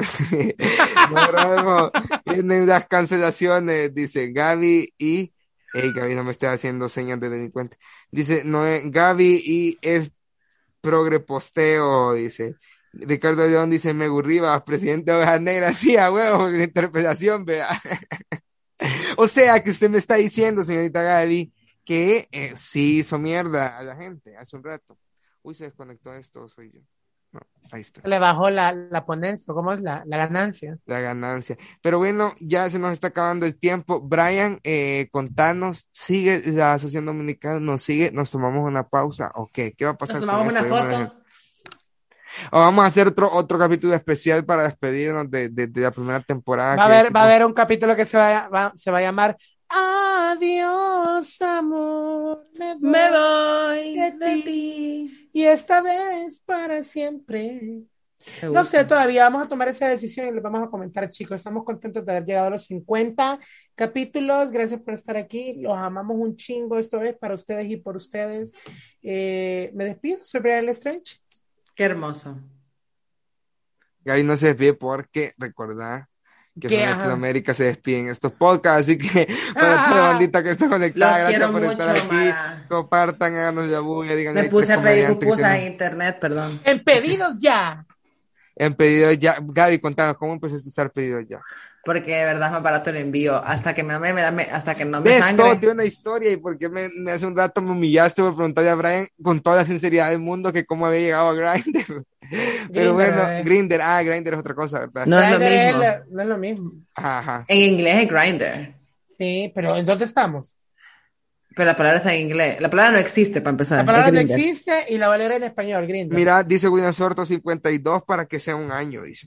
Vienen las cancelaciones, dice Gaby y... Gaby, no me esté haciendo señas de delincuente. Dice, no, Gaby y es progre posteo, dice. Ricardo León dice, Megu Rivas, presidente de Ovejas Negras, sí, a huevo, la interpelación, vea. O sea, que usted me está diciendo, señorita Gaby, que sí hizo mierda a la gente hace un rato. Uy, se desconectó esto, soy yo. No, ahí está. Le bajó la ponencia, ¿cómo es la ganancia? La ganancia. Pero bueno, ya se nos está acabando el tiempo. Brian, contanos, ¿sigue la sesión dominical? ¿Nos sigue? ¿Nos tomamos una pausa? ¿O qué? ¿Qué va a pasar Nos con tomamos una esto? foto. O vamos a hacer otro capítulo especial para despedirnos de la primera temporada. Va a haber un capítulo que se va a llamar Adiós, amor, Me voy de de ti. ti. Y esta vez para siempre. Me No gusta. sé, todavía vamos a tomar esa decisión y les vamos a comentar, chicos. Estamos contentos de haber llegado a los 50 capítulos. Gracias por estar aquí. Los amamos un chingo. Esto es para ustedes y por ustedes. Me despido. Soy Brian Lestrange. Qué hermoso. Gaby no se despide porque recordá que ¿Qué? solo en Ajá. Latinoamérica se despiden estos podcasts, así que para toda la bandita que está conectada, Los gracias quiero por estar mucho, aquí, Mara. compartan, háganos la bulla, digan Me ahí puse tres a pedir comediantes que pupusas en tienen internet, perdón. En pedidos ya. en pedido ya. Gaby, contanos, ¿cómo empezaste a estar pedido ya? Porque de verdad es más barato el envío. Hasta que hasta que no me ¿Ves? Todo sangre. tiene una historia y porque me hace un rato me humillaste por preguntarle a Brian con toda la sinceridad del mundo que cómo había llegado a Grindr. Pero bueno, Grindr, Grindr es otra cosa, ¿verdad? No es lo Grindr mismo. no es lo mismo. Ajá. En inglés es Grindr. Sí, pero ¿en dónde estamos? Pero la palabra está en inglés. La palabra no existe para empezar. La palabra es no Grindr. existe y la valera en español, Grindr. Mira, dice William Sorto 52 para que sea un año, dice.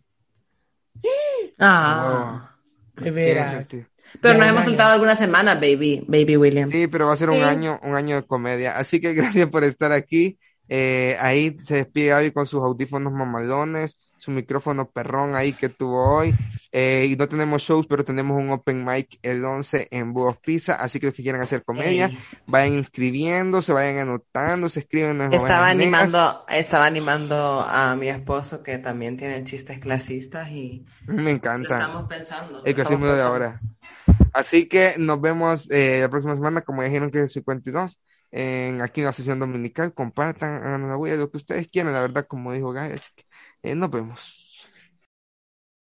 Ah. De Tiene veras. sentido. Pero Ya, nos un hemos año. soltado algunas semanas, baby William. Sí, pero va a ser Sí. un año de comedia. Así que gracias por estar aquí. Ahí se despide Gaby con sus audífonos mamalones, su micrófono perrón ahí que tuvo hoy. Y no tenemos shows, pero tenemos un open mic el 11 en Búhos Pizza. Así que los que quieran hacer comedia, Ey. vayan inscribiéndose, vayan anotando, se escriben en las Estaba Ovejas Negras. animando a mi esposo que también tiene chistes clasistas y Me lo encanta estamos pensando. el clasismo de ahora. Así que nos vemos la próxima semana, como dijeron que es 52, aquí en la sesión dominical. Compartan, hagan una huella, lo que ustedes quieran, la verdad, como dijo Gaby. Así que nos vemos.